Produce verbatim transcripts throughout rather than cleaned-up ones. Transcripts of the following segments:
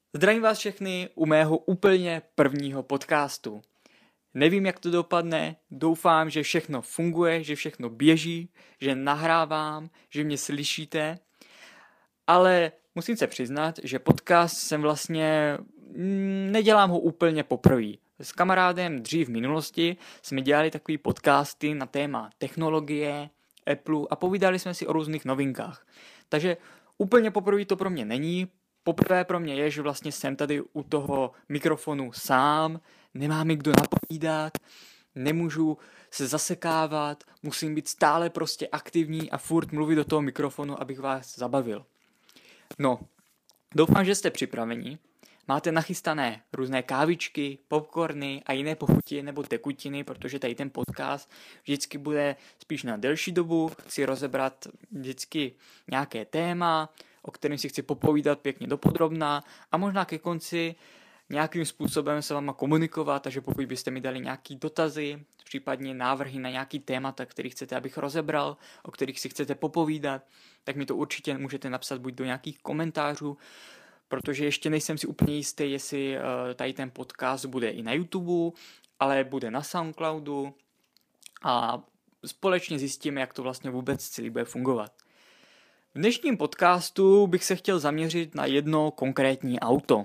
Zdravím vás všechny u mého úplně prvního podcastu. Nevím, jak to dopadne, doufám, že všechno funguje, že všechno běží, že nahrávám, že mě slyšíte, ale musím se přiznat, že podcast jsem vlastně, mm, nedělám ho úplně poprvé. S kamarádem dřív v minulosti jsme dělali takový podcasty na téma technologie, Apple a povídali jsme si o různých novinkách. Takže úplně poprvé to pro mě není. Poprvé pro mě je, že vlastně jsem tady u toho mikrofonu sám, nemám mi kdo napovídat, nemůžu se zasekávat, musím být stále prostě aktivní a furt mluvit do toho mikrofonu, abych vás zabavil. No, doufám, že jste připraveni. Máte nachystané různé kávičky, popcorny a jiné pochutiny nebo tekutiny, protože tady ten podcast vždycky bude spíš na delší dobu. Chci rozebrat vždycky nějaké téma, o kterém si chci popovídat pěkně dopodrobna a možná ke konci nějakým způsobem se váma komunikovat, takže pokud byste mi dali nějaký dotazy, případně návrhy na nějaký témata, který chcete, abych rozebral, o kterých si chcete popovídat, tak mi to určitě můžete napsat buď do nějakých komentářů, protože ještě nejsem si úplně jistý, jestli tady ten podcast bude i na YouTube, ale bude na Soundcloudu a společně zjistíme, jak to vlastně vůbec celý bude fungovat. V dnešním podcastu bych se chtěl zaměřit na jedno konkrétní auto.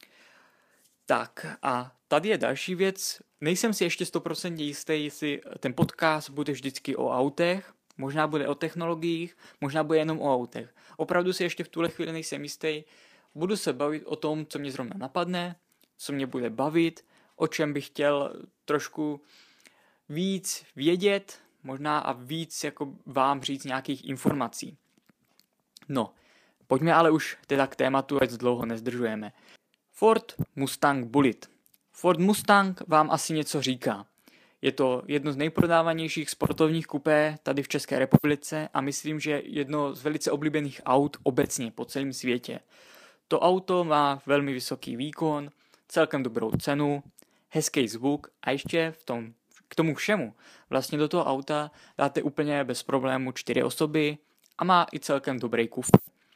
Tak a tady je další věc. Nejsem si ještě sto procent jistý, jestli ten podcast bude vždycky o autech, možná bude o technologiích, možná bude jenom o autech. Opravdu si ještě v tuhle chvíli nejsem jistý. Budu se bavit o tom, co mě zrovna napadne, co mě bude bavit, o čem bych chtěl trošku víc vědět, možná a víc jako vám říct nějakých informací. No, pojďme ale už teda k tématu, ať dlouho nezdržujeme. Ford Mustang Bullitt. Ford Mustang vám asi něco říká. Je to jedno z nejprodávanějších sportovních kupé tady v České republice a myslím, že jedno z velice oblíbených aut obecně po celém světě. To auto má velmi vysoký výkon, celkem dobrou cenu, hezký zvuk a ještě v tom, k tomu všemu vlastně do toho auta dáte úplně bez problému čtyři osoby a má i celkem dobrý kufr.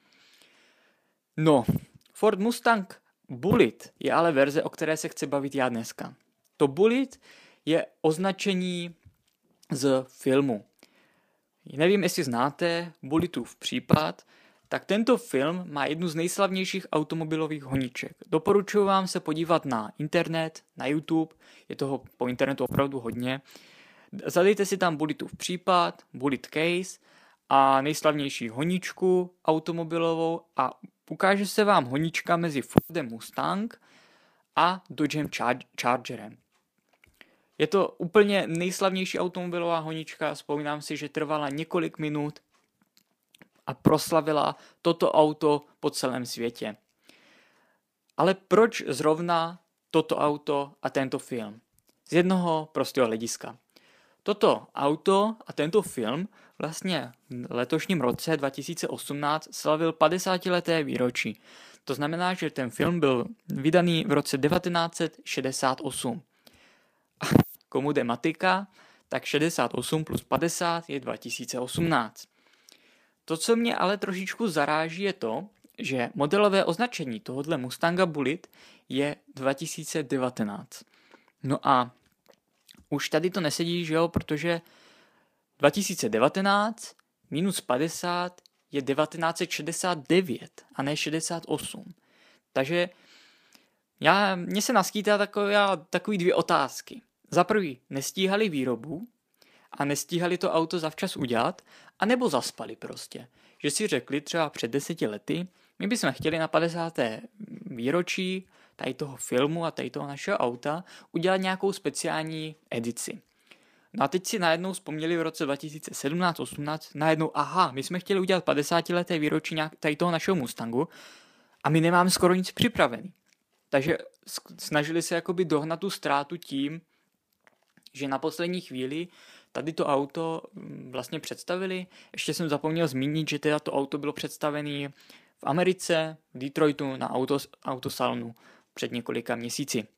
No, Ford Mustang Bullitt je ale verze, o které se chci bavit já dneska. To Bullitt je označení z filmu. Nevím, jestli znáte Bullittův případ, tak tento film má jednu z nejslavnějších automobilových honiček. Doporučuji vám se podívat na internet, na YouTube, je toho po internetu opravdu hodně. Zadejte si tam Bullittův případ, Bullitt Case a nejslavnější honičku automobilovou a ukáže se vám honička mezi Fordem Mustang a Dodgem Chargerem. Je to úplně nejslavnější automobilová honička, vzpomínám si, že trvala několik minut a proslavila toto auto po celém světě. Ale proč zrovna toto auto a tento film? Z jednoho prostého hlediska. Toto auto a tento film vlastně v letošním roce dva tisíce osmnáct slavil padesátileté výročí. To znamená, že ten film byl vydaný v roce devatenáct set šedesát osm. A komu jde matika, tak šedesát osm plus padesát je dva tisíce osmnáct. To, co mě ale trošičku zaráží, je to, že modelové označení tohohle Mustanga Bullitt je dva tisíce devatenáct. No a už tady to nesedí, že jo, protože dva tisíce devatenáct minus padesát je devatenáct set šedesát devět a ne šedesát osm. Takže já, mně se naskýtá takový, takový dvě otázky. Za prvý, nestíhali výrobu a nestíhali to auto zavčas udělat, anebo zaspali prostě. Že si řekli třeba před deseti lety, my bychom chtěli na padesáté výročí tady toho filmu a tady toho našeho auta udělat nějakou speciální edici. No a teď si najednou vzpomněli v roce dva tisíce sedmnáct osmnáct, najednou aha, my jsme chtěli udělat padesátileté výročí nějak tady toho našeho Mustangu a my nemáme skoro nic připravený. Takže snažili se jakoby dohnat tu ztrátu tím, že na poslední chvíli tady to auto vlastně představili. Ještě jsem zapomněl zmínit, že teda to auto bylo představené v Americe, v Detroitu na autos, autosalonu před několika měsíci.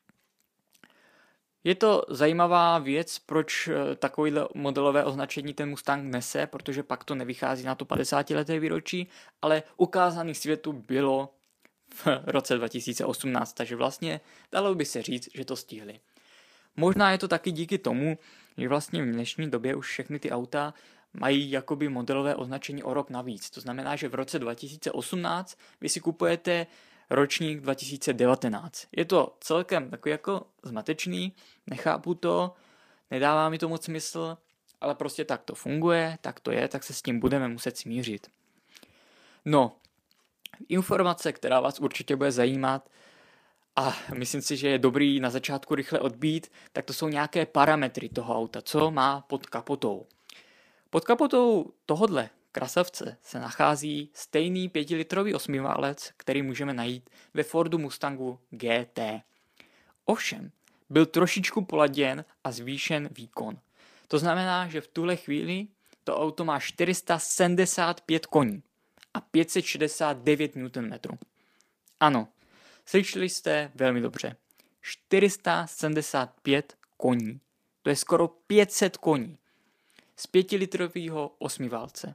Je to zajímavá věc, proč takovýhle modelové označení ten Mustang nese, protože pak to nevychází na to padesátileté výročí, ale ukázaný světu bylo v roce dva tisíce osmnáct, takže vlastně dalo by se říct, že to stihli. Možná je to taky díky tomu, že vlastně v dnešní době už všechny ty auta mají jakoby modelové označení o rok navíc. To znamená, že v roce dva tisíce osmnáct vy si kupujete ročník dva tisíce devatenáct. Je to celkem takový jako zmatečný, nechápu to, nedává mi to moc smysl, ale prostě tak to funguje, tak to je, tak se s tím budeme muset smířit. No, informace, která vás určitě bude zajímat a myslím si, že je dobrý na začátku rychle odbít, tak to jsou nějaké parametry toho auta, co má pod kapotou. Pod kapotou tohodle krasavce se nachází stejný pětilitrový osmiválec, který můžeme najít ve Fordu Mustangu G T. Ovšem, byl trošičku poladěn a zvýšen výkon. To znamená, že v tuhle chvíli to auto má čtyři sta sedmdesát pět koní a pět set šedesát devět newtonmetrů. Ano, slyšeli jste velmi dobře. čtyři sta sedmdesát pět koní. To je skoro pět set koní z pětilitrového osmiválce.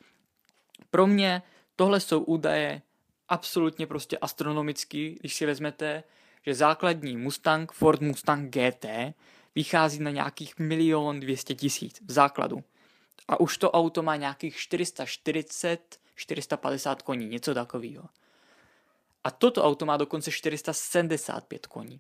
Pro mě tohle jsou údaje absolutně prostě astronomický, když si vezmete, že základní Mustang, Ford Mustang G T, vychází na nějakých milion dvě stě tisíc v základu. A už to auto má nějakých čtyři sta čtyřicet, čtyři sta padesát koní, něco takového. A toto auto má dokonce čtyři sta sedmdesát pět koní.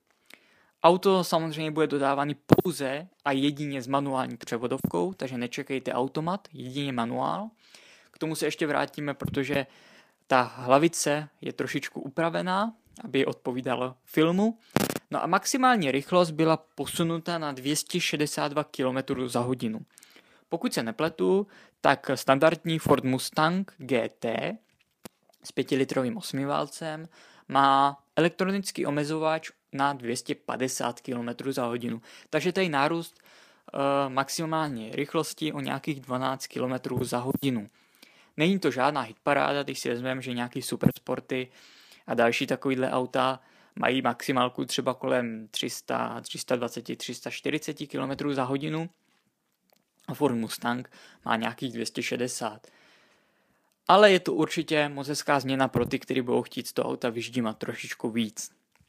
Auto samozřejmě bude dodávaný pouze a jedině s manuální převodovkou, takže nečekejte automat, jedině manuál. K tomu se ještě vrátíme, protože ta hlavice je trošičku upravená, aby odpovídalo filmu. No a maximální rychlost byla posunuta na dvě stě šedesát dva kilometrů za hodinu. Pokud se nepletu, tak standardní Ford Mustang G T s pětilitrovým osmiválcem má elektronický omezovač na dvě stě padesát kilometrů za hodinu. Takže tady nárůst e, maximální rychlosti o nějakých dvanáct kilometrů za hodinu. Není to žádná hitparáda, když si vezmeme, že nějaký supersporty a další takovýhle auta mají maximálku třeba kolem tři sta, tři sta dvacet, tři sta čtyřicet kilometrů za hodinu a Ford Mustang má nějakých dvě stě šedesát. Ale je to určitě moc hezká změna pro ty, kteří budou chtít z toho auta vyždímat trošičku víc.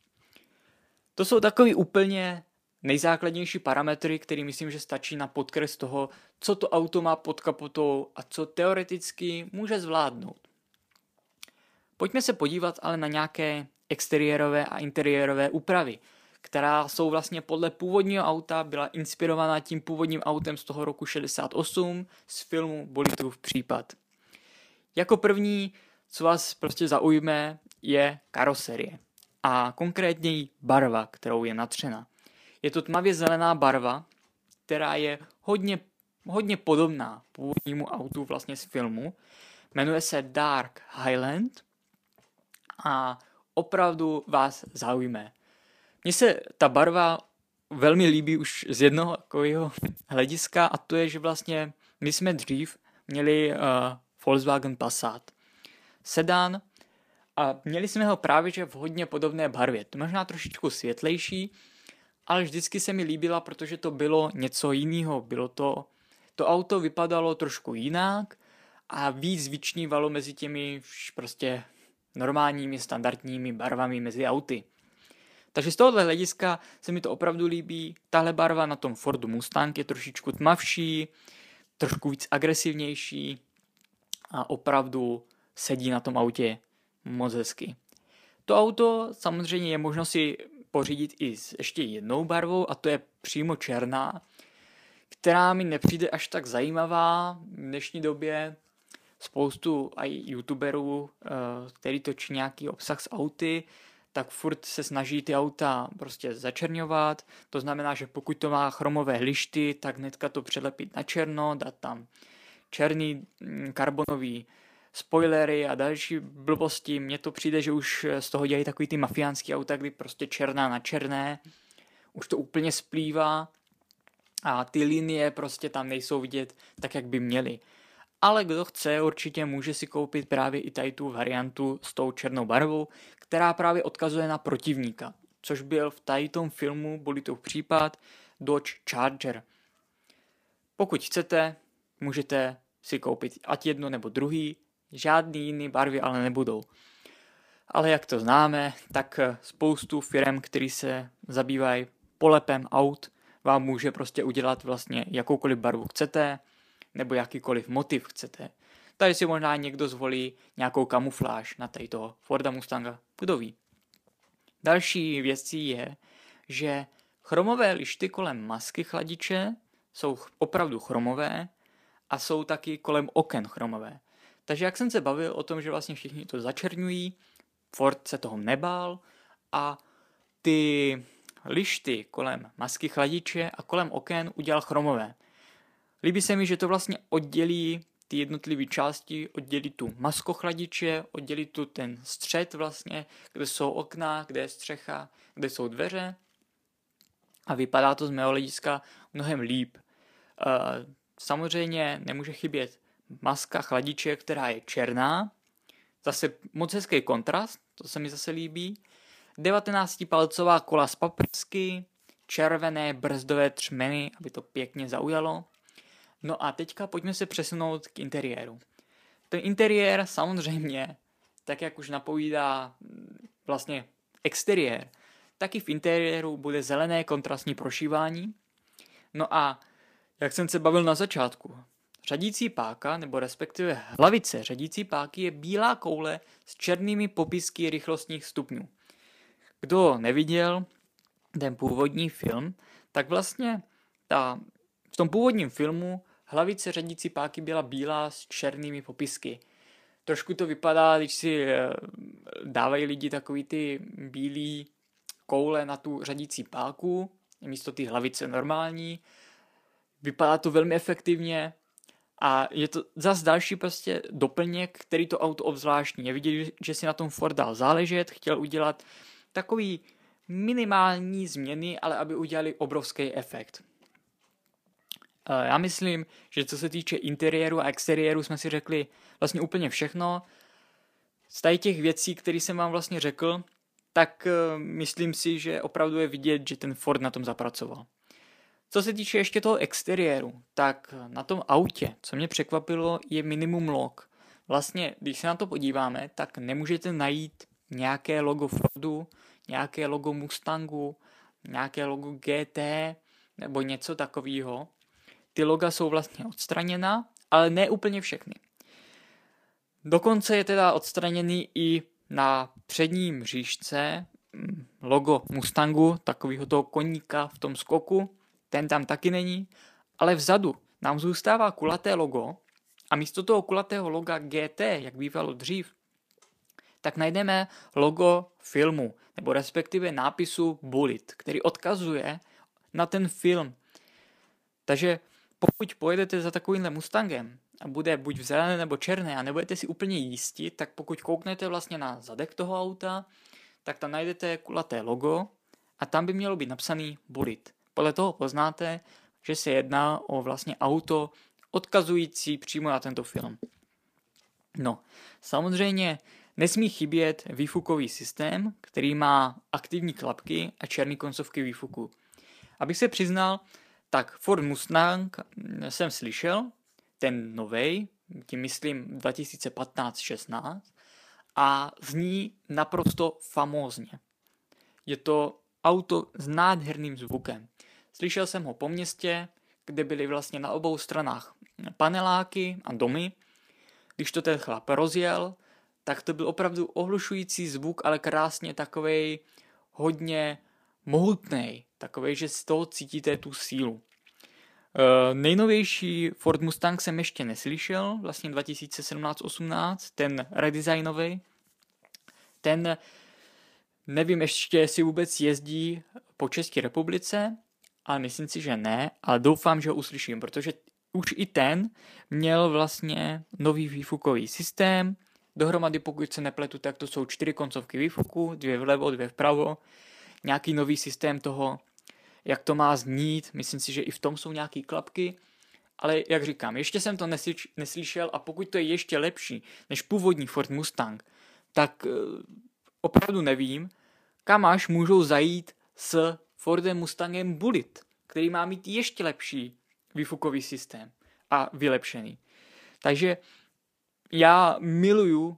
To jsou takový úplně nejzákladnější parametry, které myslím, že stačí na podkres toho, co to auto má pod kapotou a co teoreticky může zvládnout. Pojďme se podívat ale na nějaké exteriérové a interiérové úpravy, která jsou vlastně podle původního auta, byla inspirovaná tím původním autem z toho roku šedesát osm z filmu Bolidův případ. Jako první, co vás prostě zaujme, je karoserie a konkrétně její barva, kterou je natřena. Je to tmavě zelená barva, která je hodně, hodně podobná původnímu autu vlastně z filmu. Jmenuje se Dark Highland a opravdu vás zaujme. Mně se ta barva velmi líbí už z jednoho takového hlediska a to je, že vlastně my jsme dřív měli uh, Volkswagen Passat sedan a měli jsme ho právě že v hodně podobné barvě. To možná trošičku světlejší, ale vždycky se mi líbila, protože to bylo něco jiného. Bylo to, to auto vypadalo trošku jinak a víc vyčnívalo mezi těmi prostě normálními standardními barvami mezi auty. Takže z tohohle hlediska se mi to opravdu líbí. Tahle barva na tom Fordu Mustang je trošičku tmavší, trošku víc agresivnější a opravdu sedí na tom autě moc hezky. To auto samozřejmě je možno si pořídit i s ještě jednou barvou a to je přímo černá, která mi nepřijde až tak zajímavá v dnešní době. Spoustu i youtuberů, který točí nějaký obsah s auty, tak furt se snaží ty auta prostě začerňovat. To znamená, že pokud to má chromové lišty, tak hnedka to přelepit na černo, dát tam černý karbonový spoilery a další blbosti. Mně to přijde, že už z toho dělají takový ty mafiánský auta, kdy prostě černá na černé. Už to úplně splývá a ty linie prostě tam nejsou vidět tak, jak by měly. Ale kdo chce, určitě může si koupit právě i tady tu variantu s tou černou barvou, která právě odkazuje na protivníka, což byl v tady tom filmu Bolidův případ Dodge Charger. Pokud chcete, můžete si koupit ať jedno nebo druhý, žádný jiný barvy ale nebudou. ale jak to známe, tak spoustu firm, které se zabývají polepem aut, vám může prostě udělat vlastně jakoukoliv barvu chcete, nebo jakýkoliv motiv chcete. Tady si možná někdo zvolí nějakou kamufláž na této Forda Mustanga, kdo ví. Další věcí je, že chromové lišty kolem masky chladiče jsou opravdu chromové a jsou taky kolem oken chromové. Takže jak jsem se bavil o tom, že vlastně všichni to začerňují, Ford se toho nebál a ty lišty kolem masky chladiče a kolem oken udělal chromové. Líbí se mi, že to vlastně oddělí ty jednotlivé části, oddělí tu masku chladiče, oddělí tu ten střed vlastně, kde jsou okna, kde je střecha, kde jsou dveře a vypadá to z mého hlediska mnohem líp. Samozřejmě nemůže chybět maska chladiče, která je černá, zase moc hezký kontrast, to se mi zase líbí. devatenáctipalcová kola z paprsky, červené brzdové třmeny, aby to pěkně zaujalo. No a teďka pojďme se přesunout k interiéru. Ten interiér samozřejmě, tak jak už napovídá vlastně exteriér, taky v interiéru bude zelené kontrastní prošívání. No a jak jsem se bavil na začátku, řadící páka, nebo respektive hlavice řadící páky je bílá koule s černými popisky rychlostních stupňů. Kdo neviděl ten původní film, tak vlastně ta, v tom původním filmu hlavice řadící páky byla bílá s černými popisky. Trošku to vypadá, když si dávají lidi takový ty bílý koule na tu řadící páku, místo ty hlavice normální. Vypadá to velmi efektivně a je to zase další prostě doplněk, který to auto obzvláštní. Je vidět, že si na tom Ford dal záležet, chtěl udělat takový minimální změny, ale aby udělali obrovský efekt. Já myslím, že co se týče interiéru a exteriéru jsme si řekli vlastně úplně všechno. Z tady těch věcí, které jsem vám vlastně řekl, tak myslím si, že opravdu je vidět, že ten Ford na tom zapracoval. Co se týče ještě toho exteriéru, tak na tom autě, co mě překvapilo, je minimum log. Vlastně, když se na to podíváme, tak nemůžete najít nějaké logo Fordu, nějaké logo Mustangu, nějaké logo G T nebo něco takového. Ty loga jsou vlastně odstraněna, ale ne úplně všechny. Dokonce je teda odstraněný i na předním mřížce logo Mustangu, takového toho koníka v tom skoku, ten tam taky není, ale vzadu nám zůstává kulaté logo a místo toho kulatého loga G T, jak bývalo dřív, tak najdeme logo filmu, nebo respektive nápisu Bullitt, který odkazuje na ten film. Takže pokud pojedete za takovýmhle Mustangem a bude buď v zelené nebo černé a nebudete si úplně jistí, tak pokud kouknete vlastně na zadek toho auta, tak tam najdete kulaté logo a tam by mělo být napsaný Bullitt. Podle toho poznáte, že se jedná o vlastně auto odkazující přímo na tento film. No, samozřejmě nesmí chybět výfukový systém, který má aktivní klapky a černé koncovky výfuku. Abych se přiznal, tak Ford Mustang jsem slyšel, ten novej, tím myslím dva tisíce patnáct šestnáct, a zní naprosto famózně. Je to auto s nádherným zvukem. Slyšel jsem ho po městě, kde byly vlastně na obou stranách paneláky a domy. Když to ten chlap rozjel, tak to byl opravdu ohlušující zvuk, ale krásně takovej hodně mohutnej, takovej, že z toho cítíte tu sílu. Uh, nejnovější Ford Mustang jsem ještě neslyšel, vlastně dva tisíce sedmnáct osmnáct, ten redesignový. Ten, nevím ještě, jestli vůbec jezdí po České republice, ale myslím si, že ne, ale doufám, že ho uslyším, protože už i ten měl vlastně nový výfukový systém. Dohromady, pokud se nepletu, tak to jsou čtyři koncovky výfuku, dvě vlevo, dvě vpravo. Nějaký nový systém toho, jak to má znít, myslím si, že i v tom jsou nějaké klapky, ale jak říkám, ještě jsem to neslyš, neslyšel a pokud to je ještě lepší než původní Ford Mustang, tak uh, opravdu nevím, kam až můžou zajít s Fordem Mustangem Bullitt, který má mít ještě lepší výfukový systém a vylepšený. Takže já miluju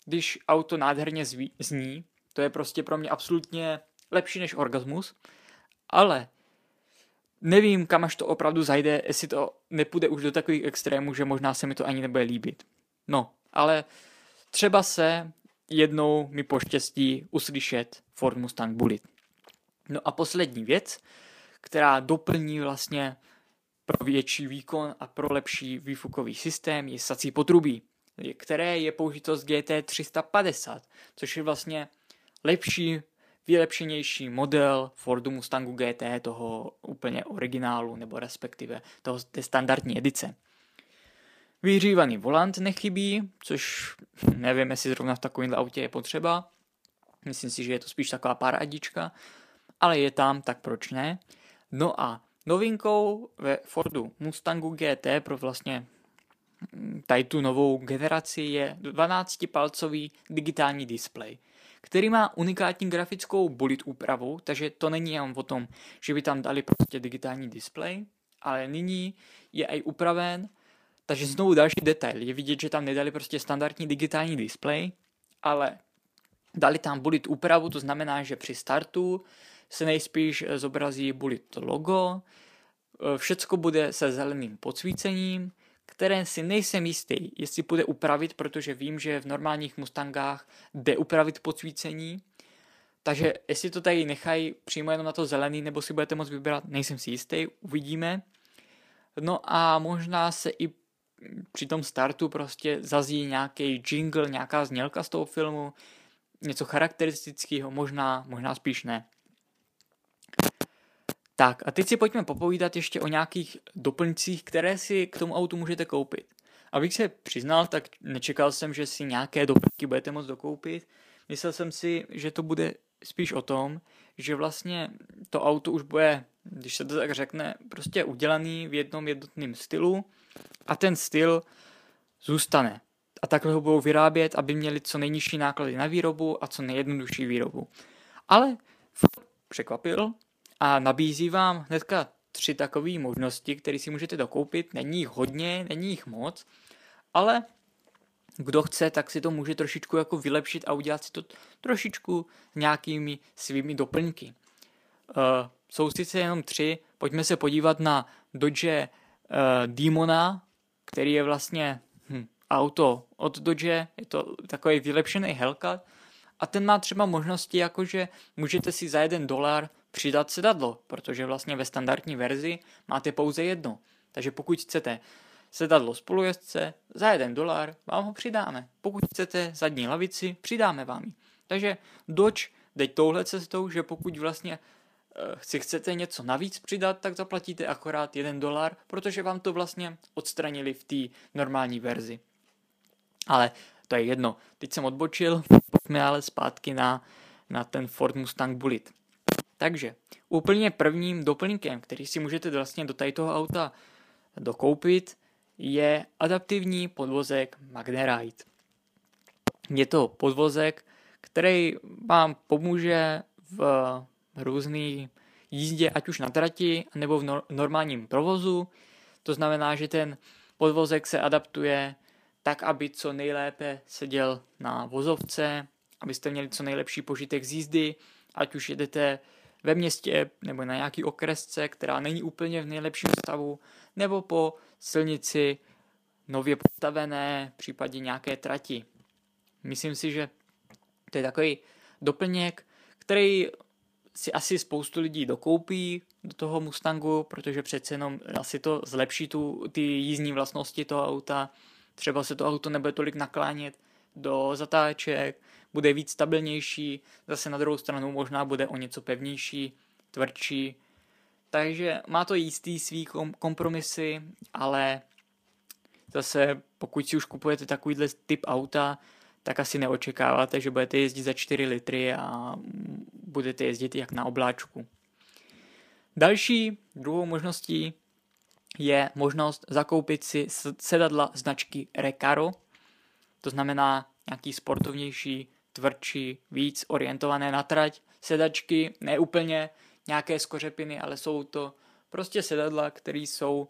když auto nádherně zví, zní, to je prostě pro mě absolutně lepší než orgasmus, ale nevím, kam až to opravdu zajde, jestli to nepůjde už do takových extrémů, že možná se mi to ani nebude líbit. No, ale třeba se jednou mi poštěstí uslyšet Ford Mustang Bullitt. No a poslední věc, která doplní vlastně pro větší výkon a pro lepší výfukový systém, je sací potrubí, které je použito z G T tři sta padesát, což je vlastně lepší, vylepšenější model Fordu Mustangu G T, toho úplně originálu, nebo respektive toho, té standardní edice. Vyhřívaný volant nechybí, což nevím, jestli zrovna v takovémhle autě je potřeba. Myslím si, že je to spíš taková parádička, ale je tam, tak proč ne? No a novinkou ve Fordu Mustangu G T pro vlastně tady tu novou generaci je dvanáctipalcový digitální displej, který má unikátní grafickou Bullitt úpravu, takže to není jen o tom, že by tam dali prostě digitální displej, ale nyní je i upraven, takže znovu další detail, je vidět, že tam nedali prostě standardní digitální displej, ale dali tam Bullitt úpravu, to znamená, že při startu se nejspíš zobrazí Bullitt logo, všecko bude se zeleným podsvícením, které si nejsem jistý, jestli půjde upravit, protože vím, že v normálních Mustangách jde upravit podsvícení, takže jestli to tady nechají přímo jenom na to zelený, nebo si budete moct vybrat, nejsem si jistý, uvidíme. No a možná se i při tom startu prostě zazní nějaký jingle, nějaká znělka z toho filmu, něco charakteristického, možná, možná spíš ne. Tak a teď si pojďme popovídat ještě o nějakých doplňcích, které si k tomu autu můžete koupit. Abych se přiznal, tak nečekal jsem, že si nějaké doplňky budete moct dokoupit. Myslel jsem si, že to bude spíš o tom, že vlastně to auto už bude, když se to tak řekne, prostě udělaný v jednom jednotném stylu a ten styl zůstane. A takhle ho budou vyrábět, aby měli co nejnižší náklady na výrobu a co nejjednodušší výrobu. Ale Ford překvapil a nabízí vám hnedka tři takové možnosti, které si můžete dokoupit. Není jich hodně, není jich moc, ale kdo chce, tak si to může trošičku jako vylepšit a udělat si to trošičku s nějakými svými doplňky. Uh, jsou sice jenom tři, pojďme se podívat na Dodge uh, Demona, který je vlastně hm, auto od Dodge, je to takový vylepšený Hellcat a ten má třeba možnosti, jakože můžete si za jeden dolar přidat sedadlo, protože vlastně ve standardní verzi máte pouze jedno. Takže pokud chcete sedadlo spolujezdce, za jeden dolar vám ho přidáme. Pokud chcete zadní lavici, přidáme vám ji. Takže Dodge jde touhle cestou, že pokud vlastně si chcete něco navíc přidat, tak zaplatíte akorát jeden dolar, protože vám to vlastně odstranili v té normální verzi. Ale to je jedno. Teď jsem odbočil, pojďme ale zpátky na, na ten Ford Mustang Bullitt. Takže úplně prvním doplňkem, který si můžete vlastně do tady toho auta dokoupit, je adaptivní podvozek Magnerite. Je to podvozek, který vám pomůže v různé jízdě, ať už na trati, nebo v normálním provozu. To znamená, že ten podvozek se adaptuje tak, aby co nejlépe seděl na vozovce, abyste měli co nejlepší požitek z jízdy, ať už jedete ve městě nebo na nějaký okresce, která není úplně v nejlepším stavu, nebo po silnici nově postavené, případně nějaké trati. Myslím si, že to je takový doplněk, který si asi spoustu lidí dokoupí do toho Mustangu, protože přece jenom asi to zlepší tu, ty jízdní vlastnosti toho auta. Třeba se to auto nebude tolik naklánět do zatáček, bude víc stabilnější, zase na druhou stranu možná bude o něco pevnější, tvrdší. Takže má to jistý svý kompromisy, ale zase pokud si už kupujete takovýhle typ auta, tak asi neočekáváte, že budete jezdit za čtyři litry a budete jezdit jak na obláčku. Další, druhou možností je možnost zakoupit si sedadla značky Recaro, to znamená nějaký sportovnější, tvrdší, víc orientované na trať sedačky, ne úplně nějaké skořepiny, ale jsou to prostě sedadla, které jsou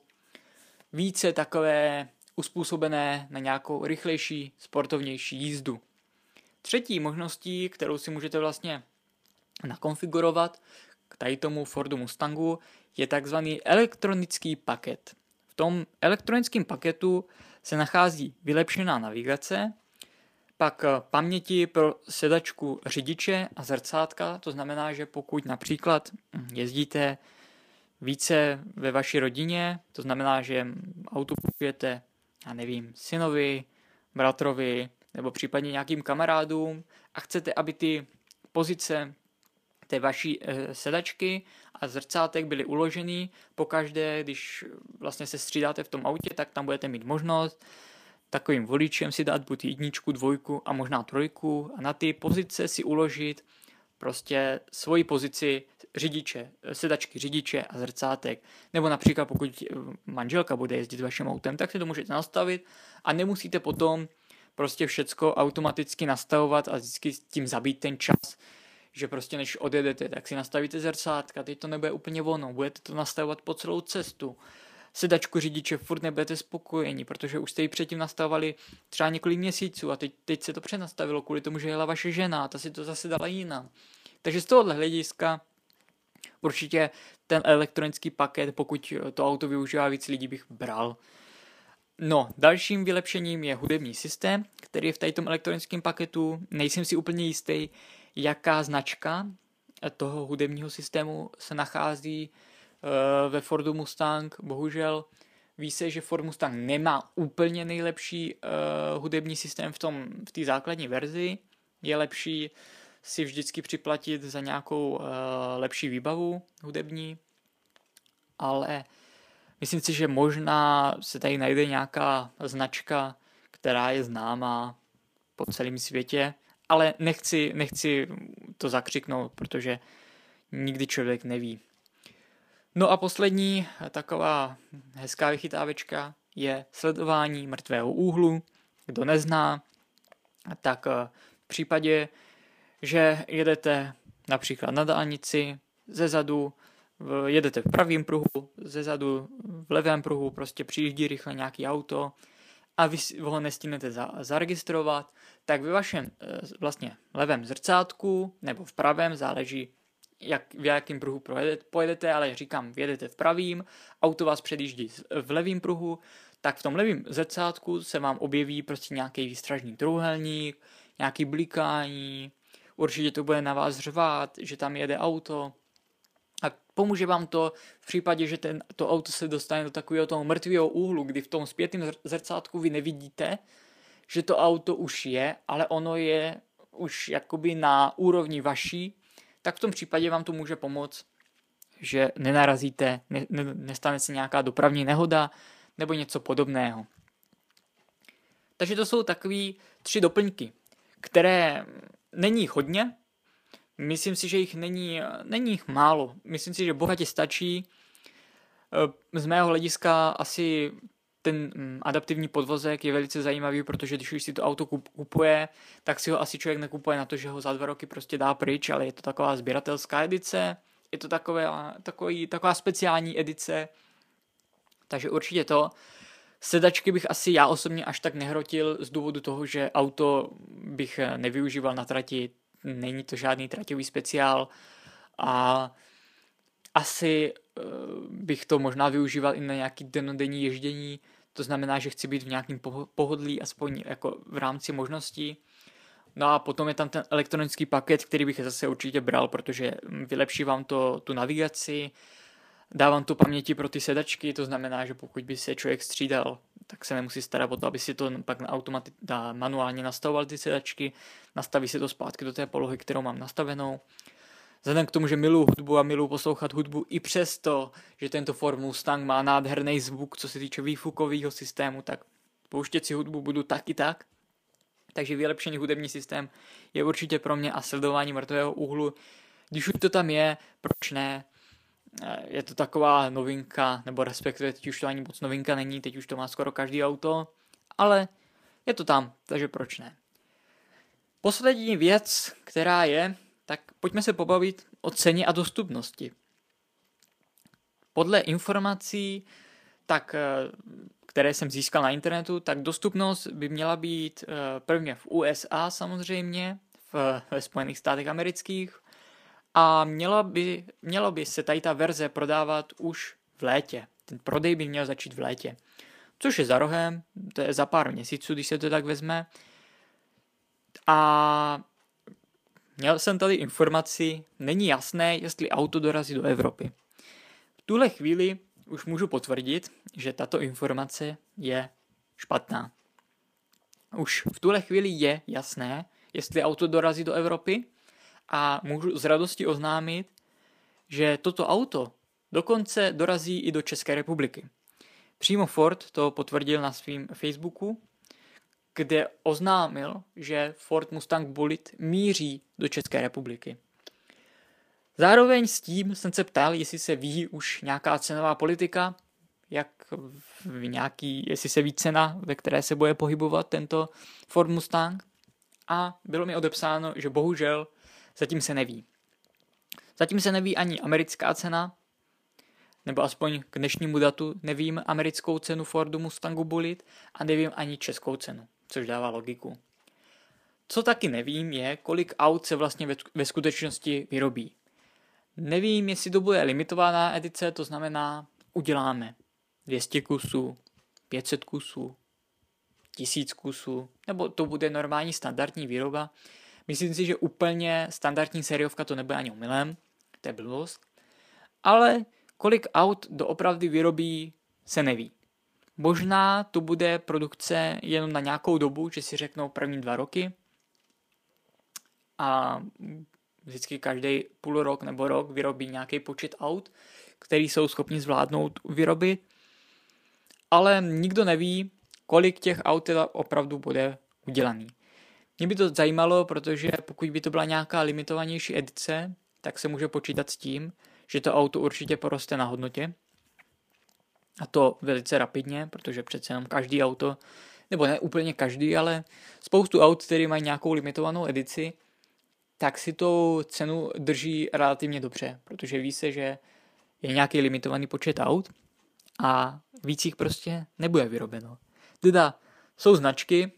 více takové uspůsobené na nějakou rychlejší, sportovnější jízdu. Třetí možností, kterou si můžete vlastně nakonfigurovat k tady tomu Fordu Mustangu, je takzvaný elektronický paket. V tom elektronickém paketu se nachází vylepšená navigace, pak paměti pro sedačku řidiče a zrcátka, to znamená, že pokud například jezdíte více ve vaší rodině, to znamená, že auto kupujete, já nevím, synovi, bratrovi nebo případně nějakým kamarádům a chcete, aby ty pozice té vaší e, sedačky a zrcátek byly uložený pokaždé, když vlastně se střídáte v tom autě, tak tam budete mít možnost takovým voličem si dát buď jedničku, dvojku a možná trojku a na ty pozice si uložit prostě svoji pozici řidiče, sedačky řidiče a zrcátek. Nebo například pokud manželka bude jezdit vaším autem, tak si to můžete nastavit a nemusíte potom prostě všecko automaticky nastavovat a vždycky s tím zabít ten čas, že prostě než odjedete, tak si nastavíte zrcátka, teď to nebude úplně ono, budete to nastavovat po celou cestu. Sedačku řidiče furt nebudete spokojení, protože už jste ji předtím nastavovali třeba několik měsíců a teď, teď se to přenastavilo kvůli tomu, že jela vaše žena a ta si to zase dala jinam. Takže z tohohle hlediska určitě ten elektronický paket, pokud to auto využívá víc lidí, bych bral. No, dalším vylepšením je hudební systém, který je v tady tom elektronickém paketu. Nejsem si úplně jistý, jaká značka toho hudebního systému se nachází ve Fordu Mustang. Bohužel ví se, že Ford Mustang nemá úplně nejlepší uh, hudební systém v tom v té základní verzi. Je lepší si vždycky připlatit za nějakou uh, lepší výbavu hudební, ale myslím si, že možná se tady najde nějaká značka, která je známá po celém světě, ale nechci, nechci to zakřiknout, protože nikdy člověk neví. No a poslední taková hezká vychytávečka je sledování mrtvého úhlu. Kdo nezná, tak v případě, že jedete například na dálnici, zezadu jedete v pravém pruhu, zezadu v levém pruhu, prostě přijíždí rychle nějaký auto a vy ho nestihnete za, zaregistrovat, tak ve vašem vlastně levém zrcátku nebo v pravém, záleží jak, v jakém pruhu pojedete, ale říkám, jedete v pravým, auto vás předjíždí v levém pruhu, tak v tom levém zrcátku se vám objeví prostě nějaký výstražný trojúhelník, nějaký blikání, určitě to bude na vás řvát, že tam jede auto a pomůže vám to v případě, že ten, to auto se dostane do takového toho mrtvého úhlu, kdy v tom zpětném zrcátku vy nevidíte, že to auto už je, ale ono je už jakoby na úrovni vaší, tak v tom případě vám to může pomoct, že nenarazíte, ne, ne, nestane se nějaká dopravní nehoda nebo něco podobného. Takže to jsou takový tři doplňky, které není hodně, myslím si, že jich není, není jich málo, myslím si, že bohatě stačí. Z mého hlediska asi ten adaptivní podvozek je velice zajímavý, protože když už si to auto kupuje, tak si ho asi člověk nekupuje na to, že ho za dva roky prostě dá pryč, ale je to taková sběratelská edice, je to takové, takový, taková speciální edice, takže určitě to. Sedačky bych asi já osobně až tak nehrotil z důvodu toho, že auto bych nevyužíval na trati, není to žádný traťový speciál a asi bych to možná využíval i na nějaký denodenní ježdění, to znamená, že chci být v nějakém pohodlí, aspoň jako v rámci možností. No a potom je tam ten elektronický paket, který bych zase určitě bral, protože vylepší vám to tu navigaci, dá vám tu paměti pro ty sedačky, to znamená, že pokud by se člověk střídal, tak se nemusí starat o to, aby si to pak na automati- manuálně nastavoval ty sedačky, nastaví si to zpátky do té polohy, kterou mám nastavenou. Vzhledem k tomu, že miluji hudbu a miluji poslouchat hudbu, i přesto, že tento Ford Mustang má nádherný zvuk, co se týče výfukového systému, tak pouštět si hudbu budu tak i tak. Takže vylepšený hudební systém je určitě pro mě a sledování mrtvého úhlu. Když už to tam je, proč ne? Je to taková novinka, nebo respektive teď už to ani moc novinka není, teď už to má skoro každý auto, ale je to tam, takže proč ne? Poslední věc, která je, tak pojďme se pobavit o ceně a dostupnosti. Podle informací tak, které jsem získal na internetu, tak dostupnost by měla být prvně v U S A samozřejmě, v, ve Spojených státech amerických, a měla by, mělo by se tady ta verze prodávat už v létě. Ten prodej by měl začít v létě. Což je za rohem, to je za pár měsíců, když se to tak vezme. A měl jsem tady informaci, není jasné, jestli auto dorazí do Evropy. V tuhle chvíli už můžu potvrdit, že tato informace je špatná. Už v tuhle chvíli je jasné, jestli auto dorazí do Evropy, a můžu s radostí oznámit, že toto auto dokonce dorazí i do České republiky. Přímo Ford to potvrdil na svém Facebooku, kde oznámil, že Ford Mustang Bullitt míří do České republiky. Zároveň s tím jsem se ptal, jestli se ví už nějaká cenová politika, jak v nějaký, jestli se ví cena, ve které se bude pohybovat tento Ford Mustang, a bylo mi odepsáno, že bohužel zatím se neví. Zatím se neví ani americká cena, nebo aspoň k dnešnímu datu nevím americkou cenu Fordu Mustangu Bullitt a nevím ani českou cenu, což dává logiku. Co taky nevím je, kolik aut se vlastně ve, ve skutečnosti vyrobí. Nevím, jestli to bude limitovaná edice, to znamená, uděláme dvě stě kusů, pět set kusů, tisíc kusů, nebo to bude normální standardní výroba. Myslím si, že úplně standardní sériovka to nebude ani omylem, to je blbost. Ale kolik aut doopravdy vyrobí, se neví. Možná to bude produkce jenom na nějakou dobu, že si řeknou první dva roky a vždycky každý půl rok nebo rok vyrobí nějaký počet aut, který jsou schopni zvládnout vyrobit. Ale nikdo neví, kolik těch aut teda opravdu bude udělaný. Mě by to zajímalo, protože pokud by to byla nějaká limitovanější edice, tak se může počítat s tím, že to auto určitě poroste na hodnotě. A to velice rapidně, protože přece jenom každý auto, nebo ne úplně každý, ale spoustu aut, které mají nějakou limitovanou edici, tak si tu cenu drží relativně dobře, protože ví se, že je nějaký limitovaný počet aut a víc jich prostě nebude vyrobeno. Teda jsou značky,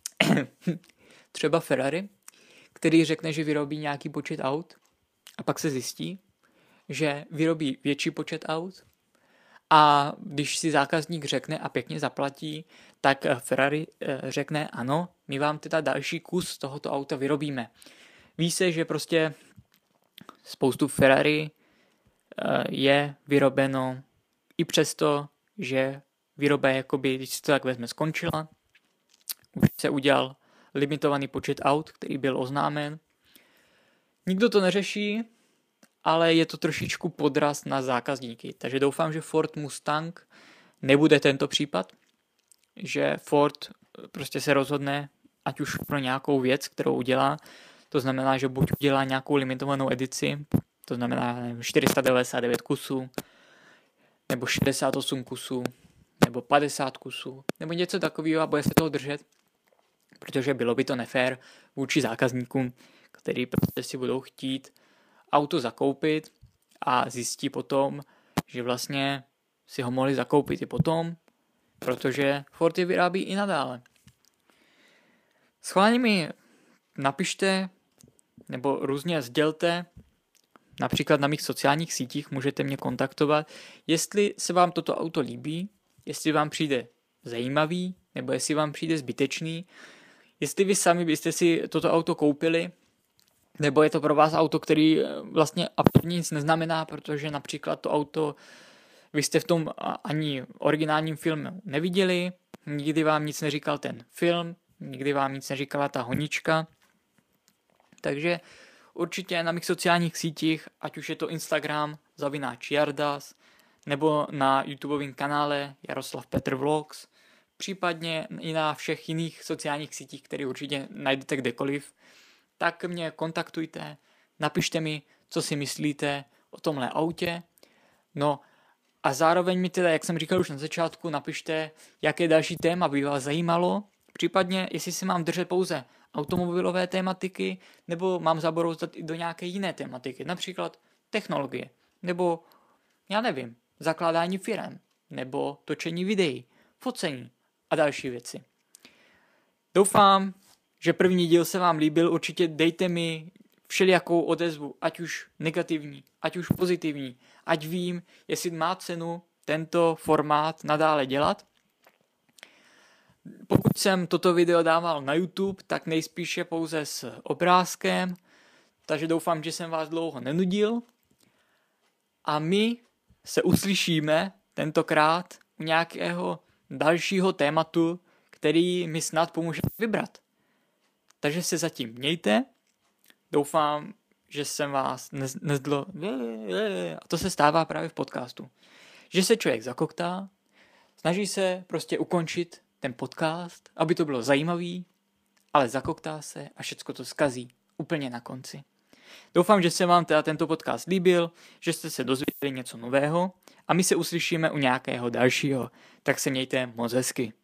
třeba Ferrari, který řekne, že vyrobí nějaký počet aut a pak se zjistí, že vyrobí větší počet aut, a když si zákazník řekne a pěkně zaplatí, tak Ferrari řekne ano, my vám teda další kus tohoto auta vyrobíme. Ví se, že prostě spoustu Ferrari je vyrobeno i přesto, že výroba, jakoby, když si to tak vezme, skončila. Už se udělal limitovaný počet aut, který byl oznámen. Nikdo to neřeší, ale je to trošičku podraz na zákazníky. Takže doufám, že Ford Mustang nebude tento případ, že Ford prostě se rozhodne, ať už pro nějakou věc, kterou udělá, to znamená, že buď udělá nějakou limitovanou edici, to znamená nevím, čtyři sta devadesát devět kusů, nebo šedesát osm kusů, nebo padesát kusů, nebo něco takového a bude se toho držet, protože bylo by to nefér vůči zákazníkům, který prostě si budou chtít auto zakoupit a zjistí potom, že vlastně si ho mohli zakoupit i potom, protože Ford je vyrábí i nadále. Schválně mi napište nebo různě sdělte, například na mých sociálních sítích můžete mě kontaktovat, jestli se vám toto auto líbí, jestli vám přijde zajímavý, nebo jestli vám přijde zbytečný, jestli vy sami byste si toto auto koupili, nebo je to pro vás auto, který vlastně absolutně nic neznamená, protože například to auto vy jste v tom ani originálním filmu neviděli, nikdy vám nic neříkal ten film, nikdy vám nic neříkala ta honička. Takže určitě na mých sociálních sítích, ať už je to Instagram, zavináč Jardas, nebo na YouTubeovém kanále Jaroslav Petr Vlogs, případně i na všech jiných sociálních sítích, které určitě najdete kdekoliv, tak mě kontaktujte, napište mi, co si myslíte o tomhle autě. No a zároveň mi teda, jak jsem říkal už na začátku, napište, jaké další téma by vás zajímalo, případně jestli si mám držet pouze automobilové tématiky, nebo mám zabrouzdat i do nějaké jiné tématiky, například technologie, nebo já nevím, zakládání firem, nebo točení videí, focení a další věci. Doufám, že první díl se vám líbil, určitě dejte mi všelijakou odezvu, ať už negativní, ať už pozitivní, ať vím, jestli má cenu tento formát nadále dělat. Pokud jsem toto video dával na YouTube, tak nejspíše pouze s obrázkem, takže doufám, že jsem vás dlouho nenudil. A my se uslyšíme tentokrát u nějakého dalšího tématu, který mi snad pomůže vybrat. Takže se zatím mějte. Doufám, že jsem vás nez, nezdlo... A to se stává právě v podcastu. Že se člověk zakoktá, snaží se prostě ukončit ten podcast, aby to bylo zajímavý, ale zakoktá se a všecko to zkazí úplně na konci. Doufám, že se vám teda tento podcast líbil, že jste se dozvěděli něco nového a my se uslyšíme u nějakého dalšího. Tak se mějte moc hezky.